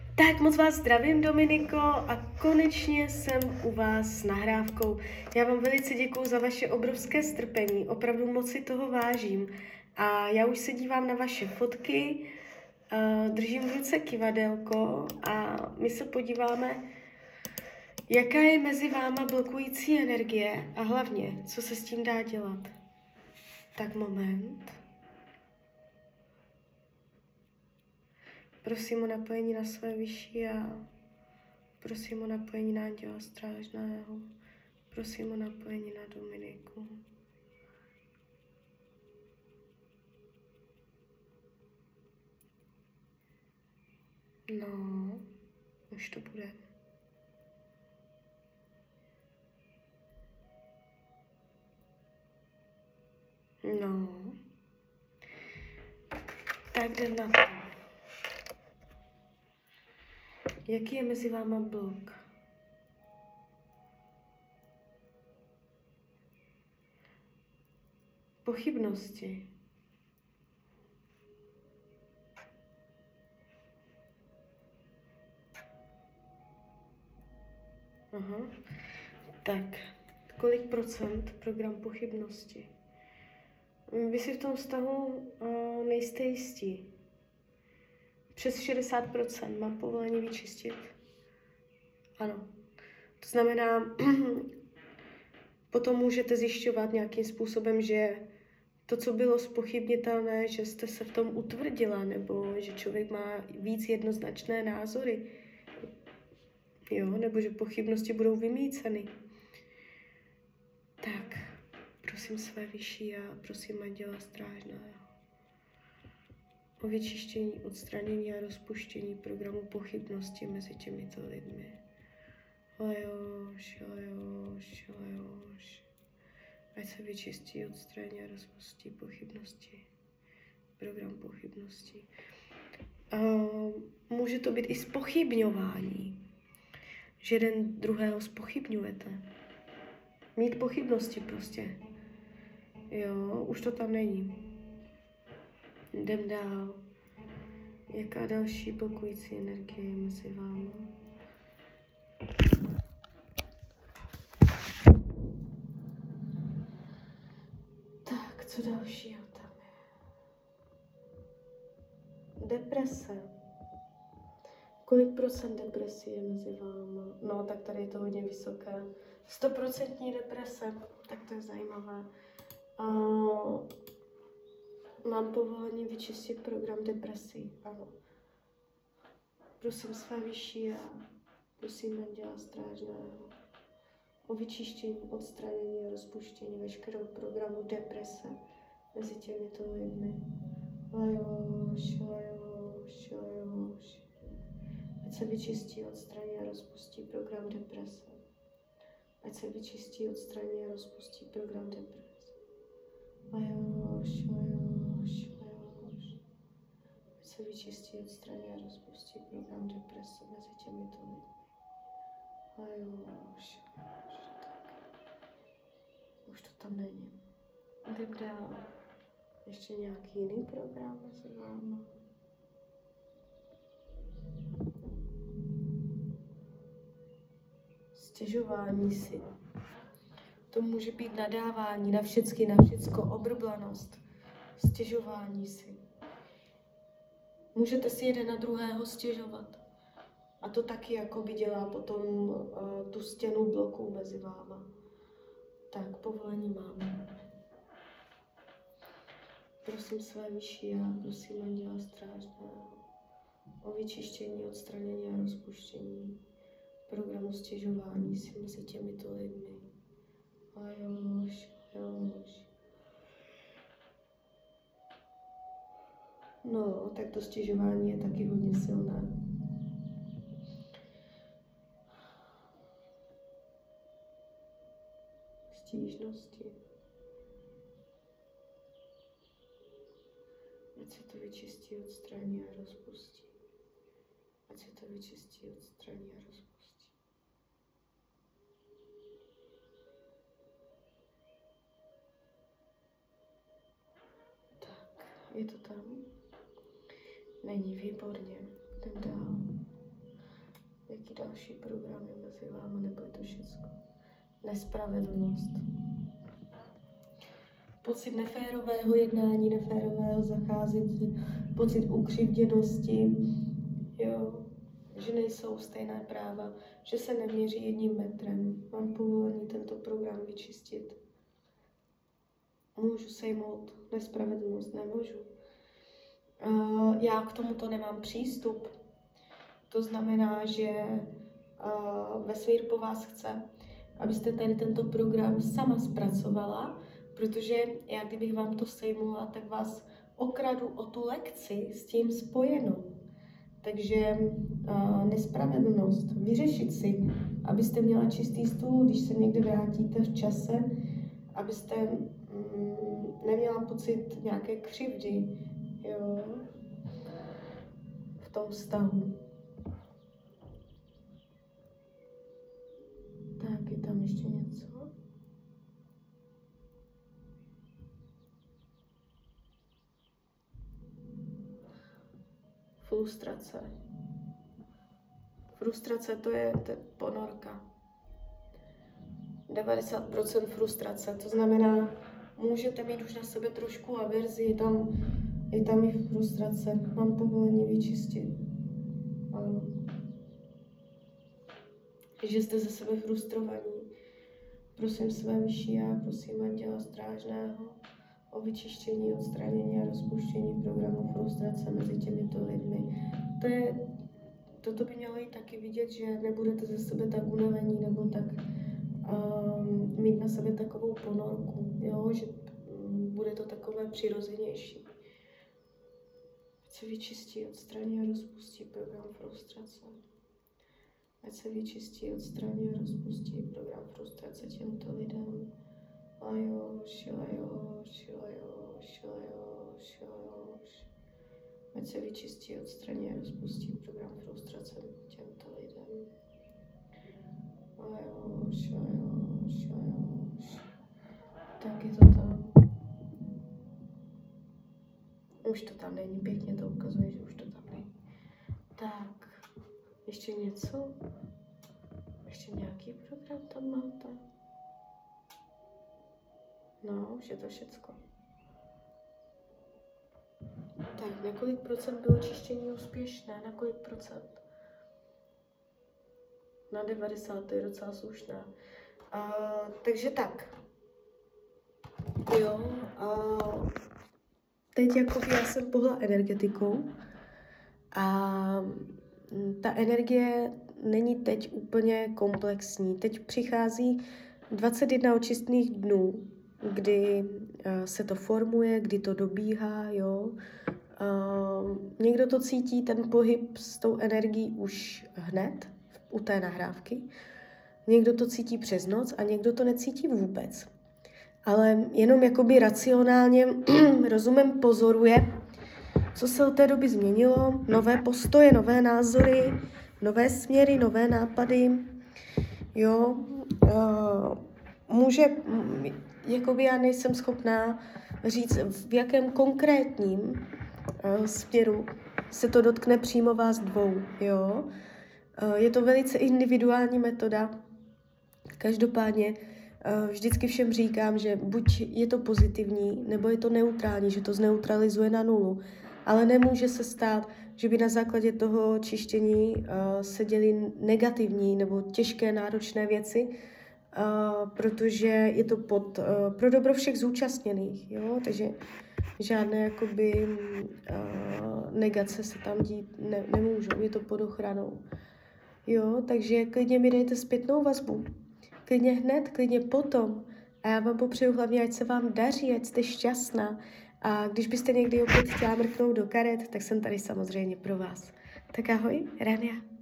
Tak moc vás zdravím, Dominiko, a konečně jsem u vás s nahrávkou. Já vám velice děkuju za vaše obrovské strpení, opravdu moc si toho vážím. A já už se dívám na vaše fotky, držím v ruce kivadelko a my se podíváme, jaká je mezi váma blokující energie a hlavně, co se s tím dá dělat. Tak moment. Prosím o napojení na své vyšší já. Prosím o napojení na Anděla Strážného. Prosím o napojení na Dominiku. No, už to bude. No. Tak jdem na to. Jaký je mezi váma blok? Pochybnosti. Aha. Tak, kolik procent program pochybnosti? Vy si v tom vztahu nejste jistí. Přes 60% mám povolení vyčistit. Ano. To znamená, potom můžete zjišťovat nějakým způsobem, že to, co bylo zpochybnitelné, že jste se v tom utvrdila, nebo že člověk má víc jednoznačné názory, jo, nebo že pochybnosti budou vymýceny. Tak, prosím své vyšší a prosím Anděla Strážného o vyčištění, odstranění a rozpuštění programu pochybnosti mezi těmito lidmi. Lajoš. Ať se vyčistí, odstraní a rozpustí pochybnosti. Program pochybnosti. Může to být i zpochybňování. Že jeden druhého zpochybňujete. Mít pochybnosti prostě. Jo, už to tam není. Jdem dál. Jaká další blokující energie je mezi vámi? Tak, co dalšího tam je? Deprese. Kolik procent depresí je mezi vámi? No, tak tady je to hodně vysoké. 100% deprese, tak to je zajímavé. Mám povolení vyčistit program depresí, ano. Prosím své vyšší a prosím Anděla Strážného o vyčištění, odstranění a rozpuštění veškerého programu deprese mezi těmito lidmi. Lajoš. Ať se vyčistí, odstraní a rozpustí program deprese. Ať se vyčistí, odstraní a rozpustí program deprese. Lajoš. Ať se vyčistí, odstraní a rozpustí program deprese mezi těmito lidmi. Lajoš. Už to tam není. Jdem dál. Ještě nějaký jiný program mezi vámi? Stěžování si. To může být nadávání na všecko, obrublanost. Stěžování si. Můžete si jeden na druhého stěžovat. A to taky jakoby dělá potom tu stěnu bloků mezi váma. Tak, povolení máme. Prosím své vyšší a prosím Anděla Strážného o vyčištění, odstranění a rozpuštění programu stěžování si mezi těmito lidmi. Lajoš. No, tak to stěžování je taky hodně silné. Stížnosti. Ať se to vyčistí, odstraní a rozpustí. Ať se to vyčistí, odstraní a rozpustí. Tak, je to tam? Není, výborně. Jdem dál. další programy mezi vámi, nebo je to všechno. Nespravedlnost. Pocit neférového jednání, neférového zacházení, pocit ukřivděnosti, jo, že nejsou stejné práva, že se neměří jedním metrem. Mám povolení tento program vyčistit. Můžu sejmout nespravedlnost, nemůžu. Já k tomuto nemám přístup. To znamená, že vesmír po vás chce, abyste tady tento program sama zpracovala, protože já kdybych vám to sejmula, tak vás okradu o tu lekci s tím spojenou. Takže nespravedlnost, vyřešit si, abyste měla čistý stůl, když se někde vrátíte v čase, abyste neměla pocit nějaké křivdy, jo, v tom vztahu. Tak, je tam ještě něco? Frustrace. Frustrace to je ponorka. 90% frustrace, to znamená, můžete mít už na sebe trošku averzi, je tam i frustrace. Mám povolení vyčistit. Ano. Že jste ze sebe frustrovaní. Prosím své vyšší já, prosím anděla strážného o vyčištění, odstranění a rozpuštění programu frustrace mezi těmito lidmi. Toto by mělo i taky vidět, že nebudete ze sebe tak unavení nebo tak mít na sebe takovou ponorku, jo? Že bude to takové přirozenější. Ať se vyčistí, odstraní a rozpustí program frustrace. Ať se vyčistí, odstraní a rozpustí program frustrace těmto lidem. Lajoš, lajoš, lajoš, lajoš, lajoš. Ať se vyčistí, odstraní a rozpustí program frustrace těmto lidem. Lajoš, lajoš, lajoš. Tak je to tam. Už to tam není, pěkně to ukazuje, že už to tam není. Tak, ještě něco? Ještě nějaký program tam máte? No, už je to všecko. Tak, na kolik procent bylo čištění úspěšné? Na kolik procent? Na 90, to je docela slušné. Takže tak. Jo, teď jakoby já jsem pohla energetikou a ta energie není teď úplně komplexní. Teď přichází 21 očistných dnů, kdy se to formuje, kdy to dobíhá, jo. Někdo to cítí, ten pohyb s tou energií už hned, u té nahrávky. Někdo to cítí přes noc a někdo to necítí vůbec. Ale jenom jakoby racionálně rozumem pozoruje, co se od té doby změnilo, nové postoje, nové názory, nové směry, nové nápady, jo. Jakoby já nejsem schopná říct, v jakém konkrétním směru se to dotkne přímo vás dvou, jo. Je to velice individuální metoda. Každopádně vždycky všem říkám, že buď je to pozitivní, nebo je to neutrální, že to zneutralizuje na nulu. Ale nemůže se stát, že by na základě toho čištění se děly negativní nebo těžké, náročné věci, protože je to pro dobro všech zúčastněných, jo? Takže žádné jakoby negace se tam dít nemůžou, je to pod ochranou. Jo, takže klidně mi dejte zpětnou vazbu. Klidně hned, klidně potom. A já vám popřeju hlavně, ať se vám daří, ať jste šťastná. A když byste někdy opět chtěla mrknout do karet, tak jsem tady samozřejmě pro vás. Tak ahoj, Rania.